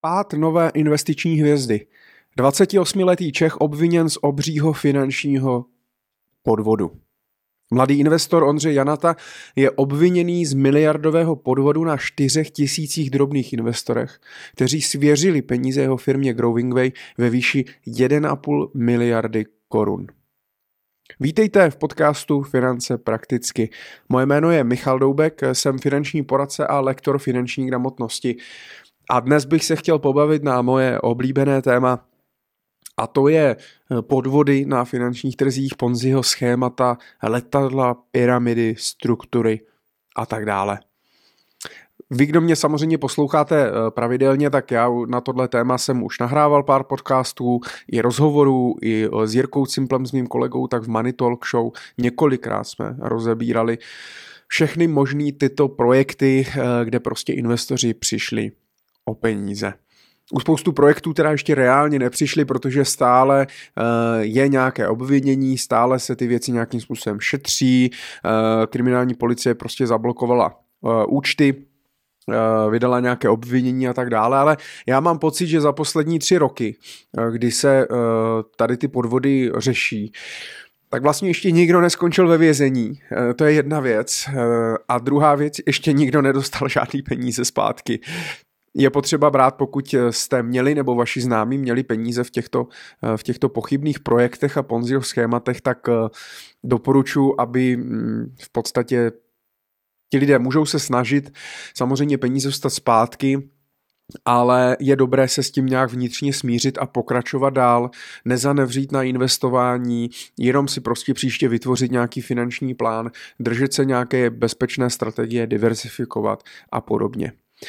Pád nové investiční hvězdy. 28letý Čech obviněn z obřího finančního podvodu. Mladý investor Ondřej Janata je obviněný z miliardového podvodu na 4 000 drobných investorech, kteří svěřili peníze jeho firmě Growingway ve výši 1,5 miliardy korun. Vítejte v podcastu Finance prakticky. Moje jméno je Michal Doubek, jsem finanční poradce a lektor finanční gramotnosti. A dnes bych se chtěl pobavit na moje oblíbené téma, a to je podvody na finančních trzích, Ponziho schémata, letadla, pyramidy, struktury a tak dále. Vy, kdo mě samozřejmě posloucháte pravidelně, tak já na tohle téma jsem už nahrával pár podcastů, i rozhovorů, i s Jirkou Cimplem, s mým kolegou, tak v Money Talk Show několikrát jsme rozebírali všechny možný tyto projekty, kde prostě investoři přišli o peníze. U spoustu projektů teda ještě reálně nepřišli, protože stále je nějaké obvinění, stále se ty věci nějakým způsobem šetří, kriminální policie prostě zablokovala účty, vydala nějaké obvinění a tak dále, ale já mám pocit, že za poslední 3 roky, kdy se tady ty podvody řeší, tak vlastně ještě nikdo neskončil ve vězení, to je jedna věc. A druhá věc, ještě nikdo nedostal žádný peníze zpátky. Je potřeba brát, pokud jste měli nebo vaši známí měli peníze v těchto pochybných projektech a Ponziho schématech, tak doporučuji, aby v podstatě ti lidé můžou se snažit samozřejmě peníze dostat zpátky, ale je dobré se s tím nějak vnitřně smířit a pokračovat dál, nezanevřít na investování, jenom si prostě příště vytvořit nějaký finanční plán, držet se nějaké bezpečné strategie, diversifikovat a podobně.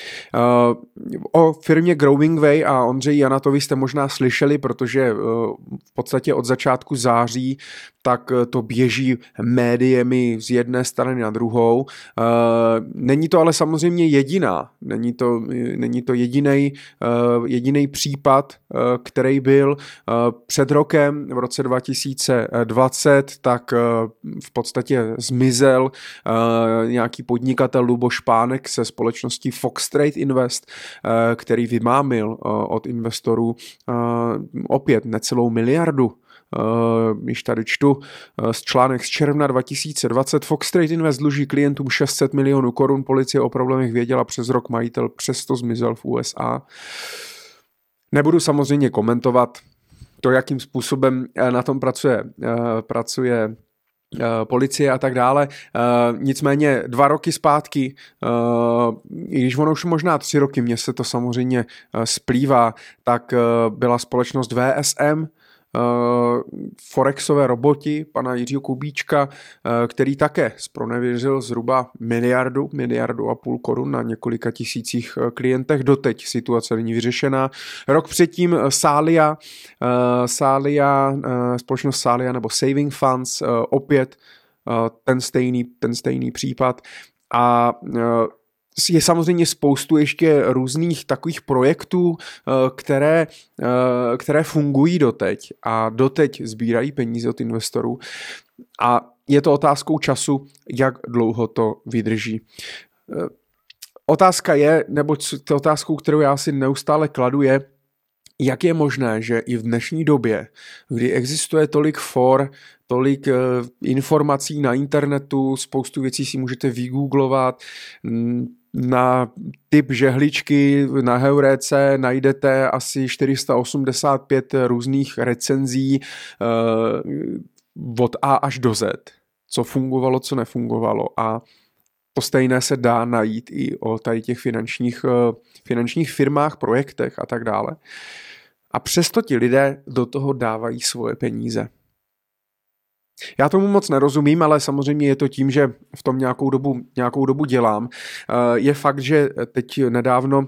O firmě Growingway a Ondřeji Janatovi jste možná slyšeli, protože v podstatě od začátku září tak to běží médiemi z jedné strany na druhou. Není to ale samozřejmě jediná. Není to jediný případ, který byl před rokem, v roce 2020, tak v podstatě zmizel nějaký podnikatel Luboš Pánek se společností Fox Trade Invest, který vymámil od investorů opět necelou miliardu. Již tady čtu z článek z června 2020. Fox Trade Invest dluží klientům 600 milionů korun, policie o problémech věděla přes rok, majitel přesto zmizel v USA. Nebudu samozřejmě komentovat to, jakým způsobem na tom pracuje policie a tak dále. Nicméně 2 roky zpátky, i když ono už možná 3 roky, mně se to samozřejmě splývá, tak byla společnost VSM, forexové roboti pana Jiřího Kubíčka, který také zpronevěřil zhruba miliardu a půl korun na několika tisících klientech. Doteď situace není vyřešená. Rok předtím Salia, společnost Salia nebo Saving Funds, opět ten stejný případ. A je samozřejmě spoustu ještě různých takových projektů, které fungují doteď a doteď sbírají peníze od investorů a je to otázkou času, jak dlouho to vydrží. Otázka je, nebo otázkou, kterou já si neustále kladu, je, jak je možné, že i v dnešní době, kdy existuje tolik tolik informací na internetu, spoustu věcí si můžete vygooglovat, na typ žehličky na Heuréce najdete asi 485 různých recenzí od A až do Z, co fungovalo, co nefungovalo, a to stejné se dá najít i o tady těch finančních firmách, projektech a tak dále. A přesto ti lidé do toho dávají svoje peníze. Já tomu moc nerozumím, ale samozřejmě je to tím, že v tom nějakou dobu dělám. Je fakt, že teď nedávno,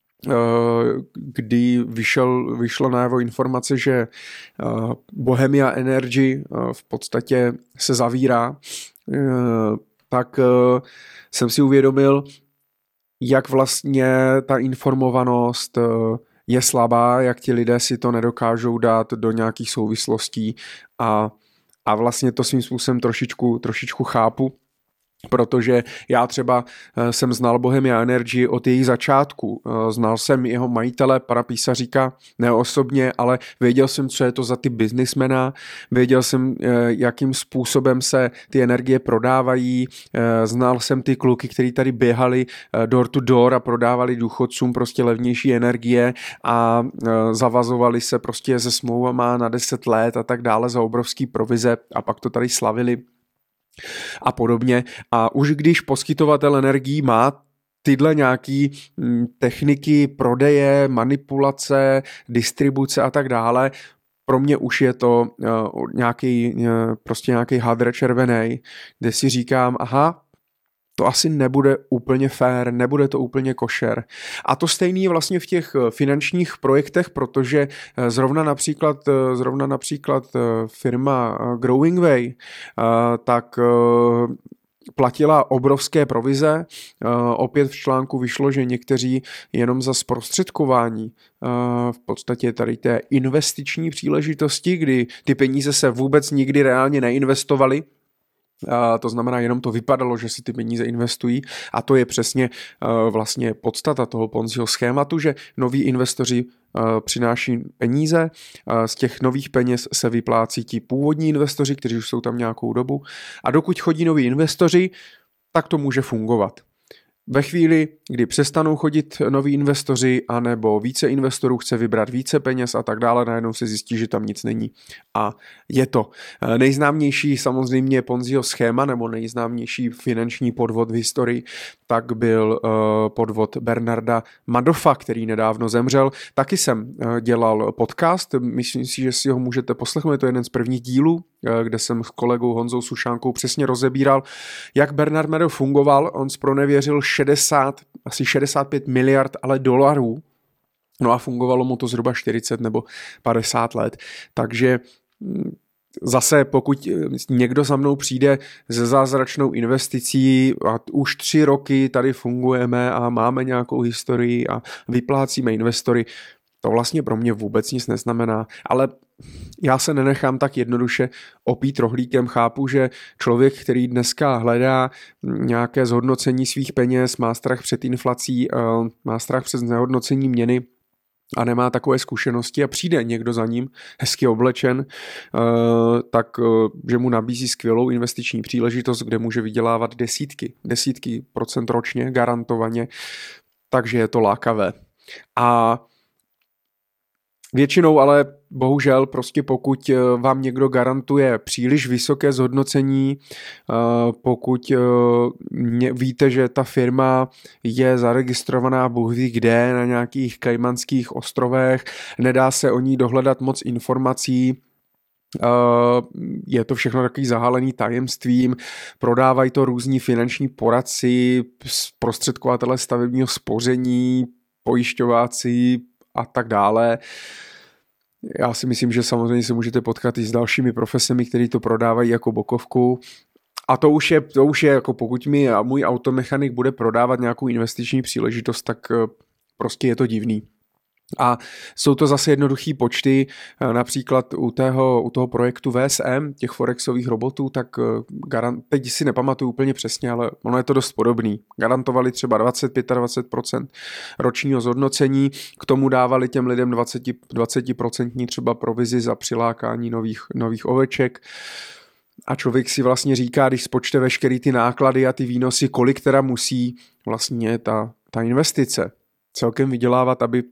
kdy vyšlo najevo informace, že Bohemia Energy v podstatě se zavírá, tak jsem si uvědomil, jak vlastně ta informovanost je slabá, jak ti lidé si to nedokážou dát do nějakých souvislostí a vlastně to svým způsobem trošičku chápu. Protože já třeba jsem znal Bohemia Energy od jejich začátku. Znal jsem jeho majitele, pana Písaříka, ne osobně, ale věděl jsem, co je to za ty biznismena, věděl jsem, jakým způsobem se ty energie prodávají, znal jsem ty kluky, kteří tady běhali door to door a prodávali důchodcům prostě levnější energie a zavazovali se prostě se smlouvama na 10 let a tak dále za obrovský provize a pak to tady slavili a podobně. A už když poskytovatel energií má tyhle nějaký techniky prodeje, manipulace, distribuce a tak dále, pro mě už je to prostě nějaký hadr červený, kde si říkám, aha, to asi nebude úplně fair, nebude to úplně košer. A to stejný je vlastně v těch finančních projektech, protože zrovna například firma Growing Way, tak platila obrovské provize. Opět v článku vyšlo, že někteří jenom za zprostředkování v podstatě tady té investiční příležitosti, kdy ty peníze se vůbec nikdy reálně neinvestovaly, to znamená, jenom to vypadalo, že si ty peníze investují a to je přesně vlastně podstata toho Ponziho schématu, že noví investoři přináší peníze, z těch nových peněz se vyplácí ti původní investoři, kteří už jsou tam nějakou dobu a dokud chodí noví investoři, tak to může fungovat. Ve chvíli, kdy přestanou chodit noví investoři anebo více investorů chce vybrat více peněz a tak dále, najednou se zjistí, že tam nic není. A je to. Nejznámější samozřejmě Ponziho schéma nebo nejznámější finanční podvod v historii, tak byl podvod Bernarda Madoffa, který nedávno zemřel. Taky jsem dělal podcast, myslím si, že si ho můžete poslechnout, je to jeden z prvních dílů, kde jsem s kolegou Honzou Sušánkou přesně rozebíral, jak Bernard Madoff fungoval. On zpronevěřil asi 65 miliard dolarů, no a fungovalo mu to zhruba 40 nebo 50 let. Takže zase pokud někdo za mnou přijde se zázračnou investicí a už 3 roky tady fungujeme a máme nějakou historii a vyplácíme investory, to vlastně pro mě vůbec nic neznamená, ale já se nenechám tak jednoduše opít rohlíkem. Chápu, že člověk, který dneska hledá nějaké zhodnocení svých peněz, má strach před inflací, má strach před znehodnocení měny a nemá takové zkušenosti a přijde někdo za ním, hezky oblečen, tak že mu nabízí skvělou investiční příležitost, kde může vydělávat desítky procent ročně, garantovaně, takže je to lákavé. A většinou ale bohužel prostě pokud vám někdo garantuje příliš vysoké zhodnocení, pokud víte, že ta firma je zaregistrovaná Bůh ví kde na nějakých Kajmanských ostrovech, nedá se o ní dohledat moc informací, je to všechno takový zahalený tajemstvím, prodávají to různí finanční poradci, zprostředkovatelé stavebního spoření, pojišťováci a tak dále. Já si myslím, že samozřejmě se můžete potkat i s dalšími profesemi, kteří to prodávají jako bokovku. A to už je jako pokud mi můj automechanik bude prodávat nějakou investiční příležitost, tak prostě je to divný. A jsou to zase jednoduchý počty, například u toho projektu VSM, těch forexových robotů, tak teď si nepamatuju úplně přesně, ale ono je to dost podobný. Garantovali třeba 20-25% ročního zhodnocení, k tomu dávali těm lidem 20% třeba provizi za přilákání nových oveček. A člověk si vlastně říká, když spočte veškerý ty náklady a ty výnosy, kolik teda musí vlastně ta investice celkem vydělávat, aby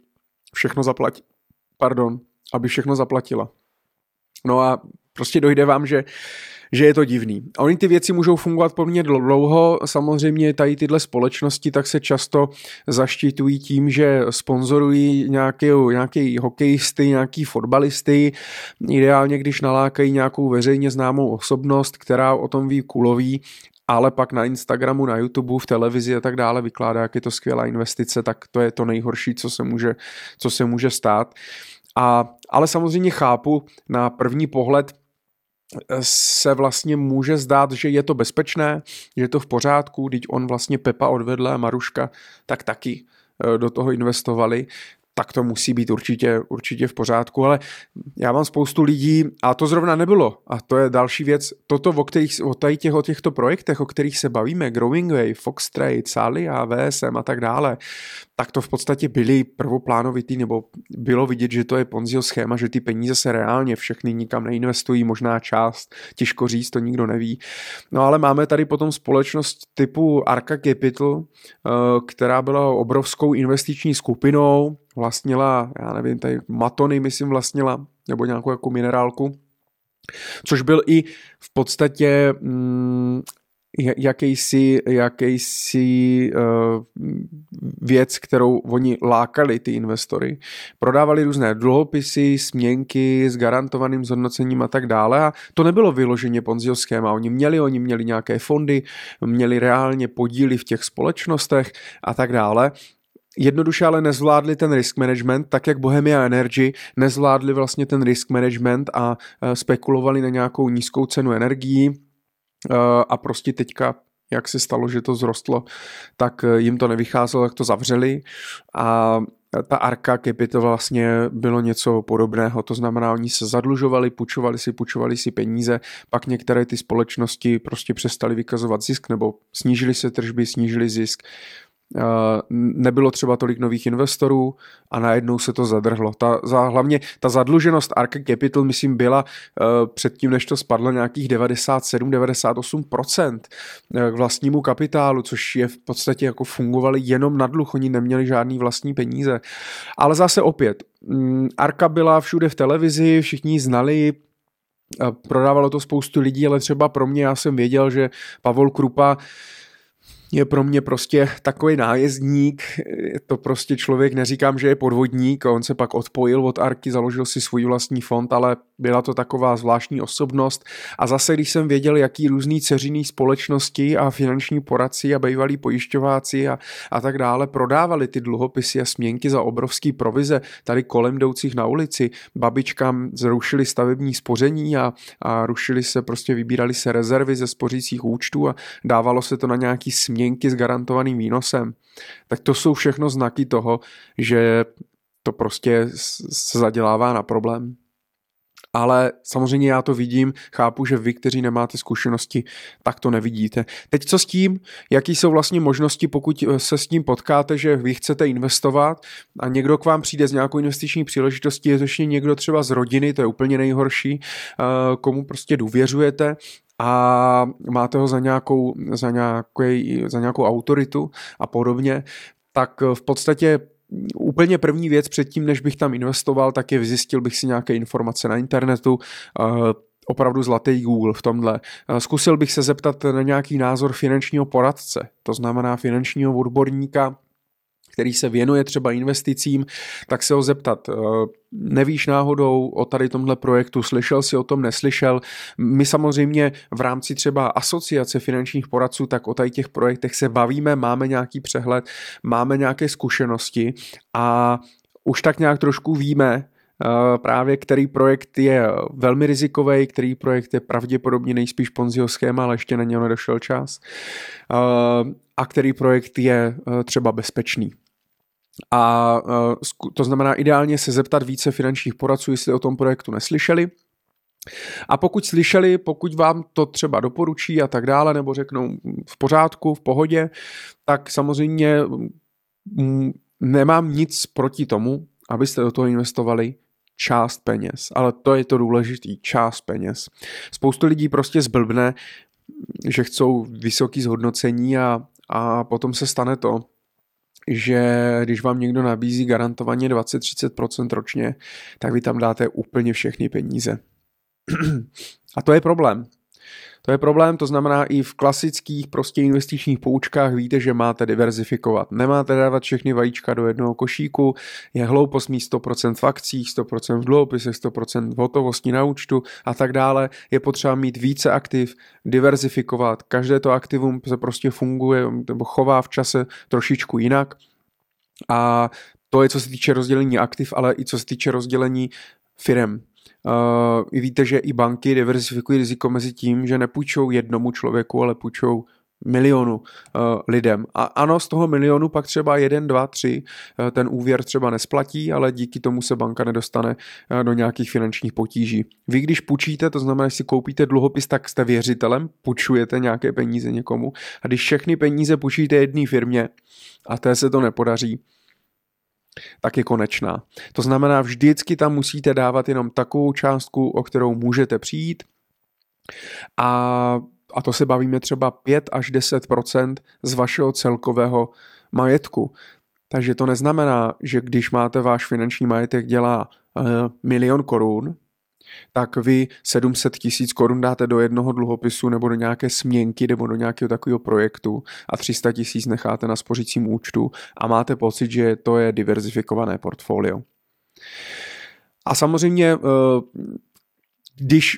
všechno zaplatila. No a prostě dojde vám, že je to divný. A oni ty věci můžou fungovat poměrně dlouho, samozřejmě tady tyhle společnosti tak se často zaštiťují tím, že sponzorují nějaký hokejisty, nějaký fotbalisty, ideálně když nalákají nějakou veřejně známou osobnost, která o tom ví kulový, ale pak na Instagramu, na YouTube, v televizi a tak dále vykládá, jak je to skvělá investice, tak to je to nejhorší, co se může stát. Ale samozřejmě chápu, na první pohled se vlastně může zdát, že je to bezpečné, že je to v pořádku, když on vlastně Pepa odvedla a Maruška tak taky do toho investovali, tak to musí být určitě v pořádku, ale já mám spoustu lidí a to zrovna nebylo. A to je další věc. Toto, o těchto projektech, o kterých se bavíme, Growing Way, Fox Trade, Salia, VSM a tak dále, tak to v podstatě byly prvoplánovitý, nebo bylo vidět, že to je Ponziho schéma, že ty peníze se reálně všechny nikam neinvestují, možná část, těžko říct, to nikdo neví. No ale máme tady potom společnost typu Arca Capital, která byla obrovskou investiční skupinou, vlastnila, já nevím, tady Matony, myslím, vlastnila, nebo nějakou jako minerálku, což byl i v podstatě jakýsi věc, kterou oni lákali ty investory. Prodávali různé dluhopisy, směnky s garantovaným zhodnocením a tak dále a to nebylo vyloženě Ponziho schéma. Oni měli nějaké fondy, měli reálně podíly v těch společnostech a tak dále. Jednoduše ale nezvládli ten risk management, tak jak Bohemia Energy nezvládli vlastně ten risk management a spekulovali na nějakou nízkou cenu energií a prostě teďka, jak se stalo, že to zrostlo, tak jim to nevycházelo, jak to zavřeli a ta Arca Capital vlastně bylo něco podobného, to znamená, oni se zadlužovali, půjčovali si peníze, pak některé ty společnosti prostě přestali vykazovat zisk nebo snížili se tržby, snížili zisk. Nebylo třeba tolik nových investorů a najednou se to zadrhlo. Hlavně ta zadluženost Arca Capital, myslím, byla předtím, než to spadlo, nějakých 97-98% k vlastnímu kapitálu, což je v podstatě jako fungovali jenom na dluh, oni neměli žádný vlastní peníze. Ale zase opět, Arca byla všude v televizi, všichni ji znali, prodávalo to spoustu lidí, ale třeba pro mě, já jsem věděl, že Pavol Krupa je pro mě prostě takový nájezdník, je to prostě člověk, neříkám, že je podvodník, on se pak odpojil od Arky, založil si svůj vlastní fond, ale byla to taková zvláštní osobnost a zase, když jsem věděl, jaký různý dceřiný společnosti a finanční poradci a bývalí pojišťováci a tak dále prodávali ty dluhopisy a směnky za obrovský provize tady kolem jdoucích na ulici, babičkám zrušili stavební spoření a vybírali se rezervy ze spořících účtů a dávalo se to na nějaký směnky s garantovaným výnosem, tak to jsou všechno znaky toho, že to prostě se zadělává na problém. Ale samozřejmě já to vidím, chápu, že vy, kteří nemáte zkušenosti, tak to nevidíte. Teď co s tím? Jaký jsou vlastně možnosti, pokud se s tím potkáte, že vy chcete investovat a někdo k vám přijde s nějakou investiční příležitostí, je to ještě někdo třeba z rodiny, to je úplně nejhorší, komu prostě důvěřujete, a máte ho za nějakou autoritu a podobně, tak v podstatě úplně první věc předtím, než bych tam investoval, tak je zjistil bych si nějaké informace na internetu, opravdu zlatý Google v tomhle. Zkusil bych se zeptat na nějaký názor finančního poradce, to znamená finančního odborníka, který se věnuje třeba investicím, tak se ho zeptat, nevíš náhodou o tady tomhle projektu, slyšel jsi o tom, neslyšel. My samozřejmě v rámci třeba asociace finančních poradců, tak o tady těch projektech se bavíme, máme nějaký přehled, máme nějaké zkušenosti a už tak nějak trošku víme, právě který projekt je velmi rizikový, který projekt je pravděpodobně nejspíš Ponziho schéma, ale ještě na něho nedošel čas, a který projekt je třeba bezpečný. A to znamená ideálně se zeptat více finančních poradců, jestli o tom projektu neslyšeli. A pokud slyšeli, pokud vám to třeba doporučí a tak dále, nebo řeknou v pořádku, v pohodě, tak samozřejmě nemám nic proti tomu, abyste do toho investovali část peněz. Ale to je to důležitý, část peněz. Spoustu lidí prostě zblbne, že chcou vysoký zhodnocení a potom se stane to, že když vám někdo nabízí garantovaně 20-30% ročně, tak vy tam dáte úplně všechny peníze. A to je problém. To je problém, to znamená i v klasických prostě investičních poučkách víte, že máte diverzifikovat. Nemáte dávat všechny vajíčka do jednoho košíku, je hloupost mít 100% v akcích, 100% v dluhopisech, 100% v hotovosti na účtu a tak dále. Je potřeba mít více aktiv, diverzifikovat. Každé to aktivum se prostě funguje nebo chová v čase trošičku jinak. A to je co se týče rozdělení aktiv, ale i co se týče rozdělení firem. Víte, že i banky diversifikují riziko mezi tím, že nepůjčou jednomu člověku, ale půjčou milionu lidem. A ano, z toho milionu pak třeba 1, 2, 3 ten úvěr třeba nesplatí, ale díky tomu se banka nedostane do nějakých finančních potíží. Vy když půjčíte, to znamená, že si koupíte dluhopis, tak jste věřitelem, půjčujete nějaké peníze někomu a když všechny peníze půjčíte jedné firmě a té se to nepodaří, tak je konečná. To znamená, vždycky tam musíte dávat jenom takovou částku, o kterou můžete přijít a to se bavíme třeba 5 až 10% z vašeho celkového majetku. Takže to neznamená, že když máte váš finanční majetek dělá 1 000 000 korun, tak vy 700 000 korun dáte do jednoho dluhopisu nebo do nějaké směnky nebo do nějakého takového projektu a 300 000 necháte na spořícím účtu a máte pocit, že to je diverzifikované portfolio. A samozřejmě, když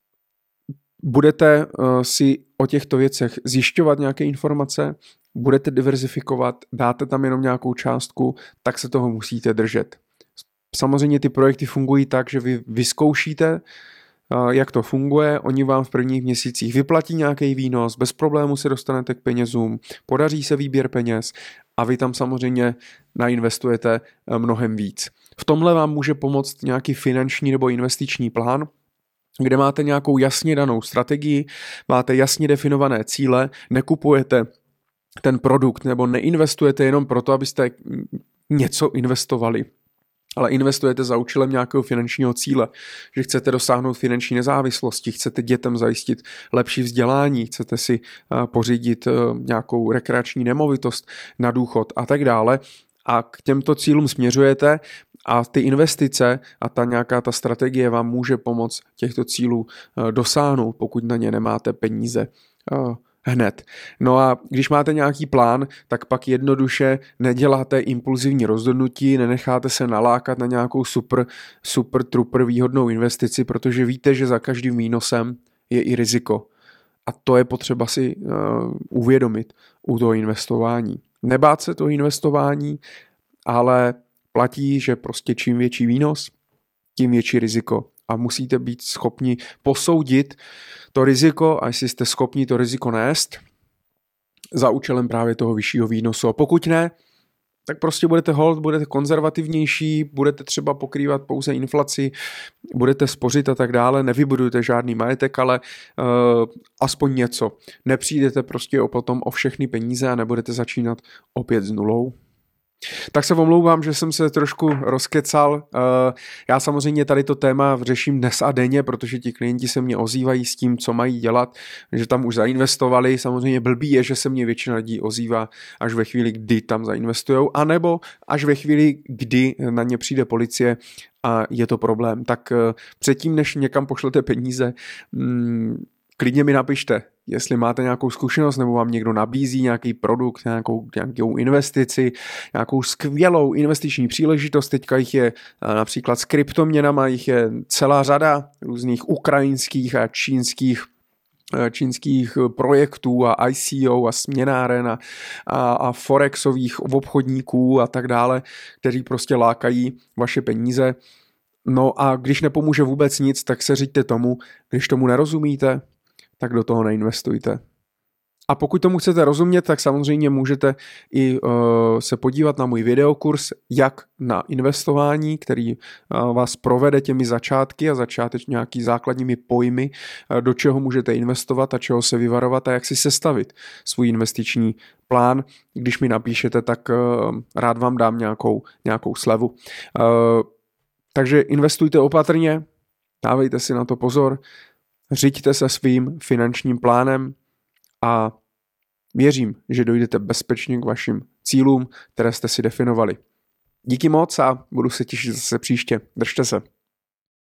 budete si o těchto věcech zjišťovat nějaké informace, budete diverzifikovat, dáte tam jenom nějakou částku, tak se toho musíte držet. Samozřejmě ty projekty fungují tak, že vy vyzkoušíte, jak to funguje, oni vám v prvních měsících vyplatí nějaký výnos, bez problému se dostanete k penězům, podaří se výběr peněz a vy tam samozřejmě nainvestujete mnohem víc. V tomhle vám může pomoct nějaký finanční nebo investiční plán, kde máte nějakou jasně danou strategii, máte jasně definované cíle, nekupujete ten produkt nebo neinvestujete jenom proto, abyste něco investovali, ale investujete za účelem nějakého finančního cíle, že chcete dosáhnout finanční nezávislosti, chcete dětem zajistit lepší vzdělání, chcete si pořídit nějakou rekreační nemovitost na důchod a tak dále a k těmto cílům směřujete a ty investice a ta strategie vám může pomoct těchto cílů dosáhnout, pokud na ně nemáte peníze hned. No a když máte nějaký plán, tak pak jednoduše neděláte impulzivní rozhodnutí, nenecháte se nalákat na nějakou super výhodnou investici, protože víte, že za každým výnosem je i riziko. A to je potřeba si uvědomit u toho investování. Nebát se toho investování, ale platí, že prostě čím větší výnos, tím větší riziko. A musíte být schopni posoudit to riziko a jestli jste schopni to riziko nést za účelem právě toho vyššího výnosu. A pokud ne, tak prostě budete konzervativnější, budete třeba pokrývat pouze inflaci, budete spořit a tak dále, nevybudujete žádný majetek, ale aspoň něco. Nepřijdete prostě potom o všechny peníze a nebudete začínat opět s nulou. Tak se omlouvám, že jsem se trošku rozkecal. Já samozřejmě tady to téma řeším dnes a denně, protože ti klienti se mě ozývají s tím, co mají dělat, že tam už zainvestovali. Samozřejmě blbý je, že se mě většina lidí ozývá až ve chvíli, kdy tam zainvestujou, anebo až ve chvíli, kdy na ně přijde policie a je to problém. Tak předtím, než někam pošlete peníze, klidně mi napište, jestli máte nějakou zkušenost nebo vám někdo nabízí nějaký produkt, nějakou investici, nějakou skvělou investiční příležitost. Teďka jich je například s kryptoměnama, jich je celá řada různých ukrajinských a čínských projektů a ICO a směnáren a forexových obchodníků a tak dále, kteří prostě lákají vaše peníze. No a když nepomůže vůbec nic, tak se řiďte tomu, když tomu nerozumíte, tak do toho neinvestujte. A pokud tomu chcete rozumět, tak samozřejmě můžete i se podívat na můj videokurs Jak na investování, který vás provede těmi začátky a nějaký základními pojmy, do čeho můžete investovat a čeho se vyvarovat a jak si sestavit svůj investiční plán. Když mi napíšete, tak rád vám dám nějakou slevu. Takže investujte opatrně, dávejte si na to pozor, řiďte se svým finančním plánem a věřím, že dojdete bezpečně k vašim cílům, které jste si definovali. Díky moc a budu se těšit zase příště. Držte se.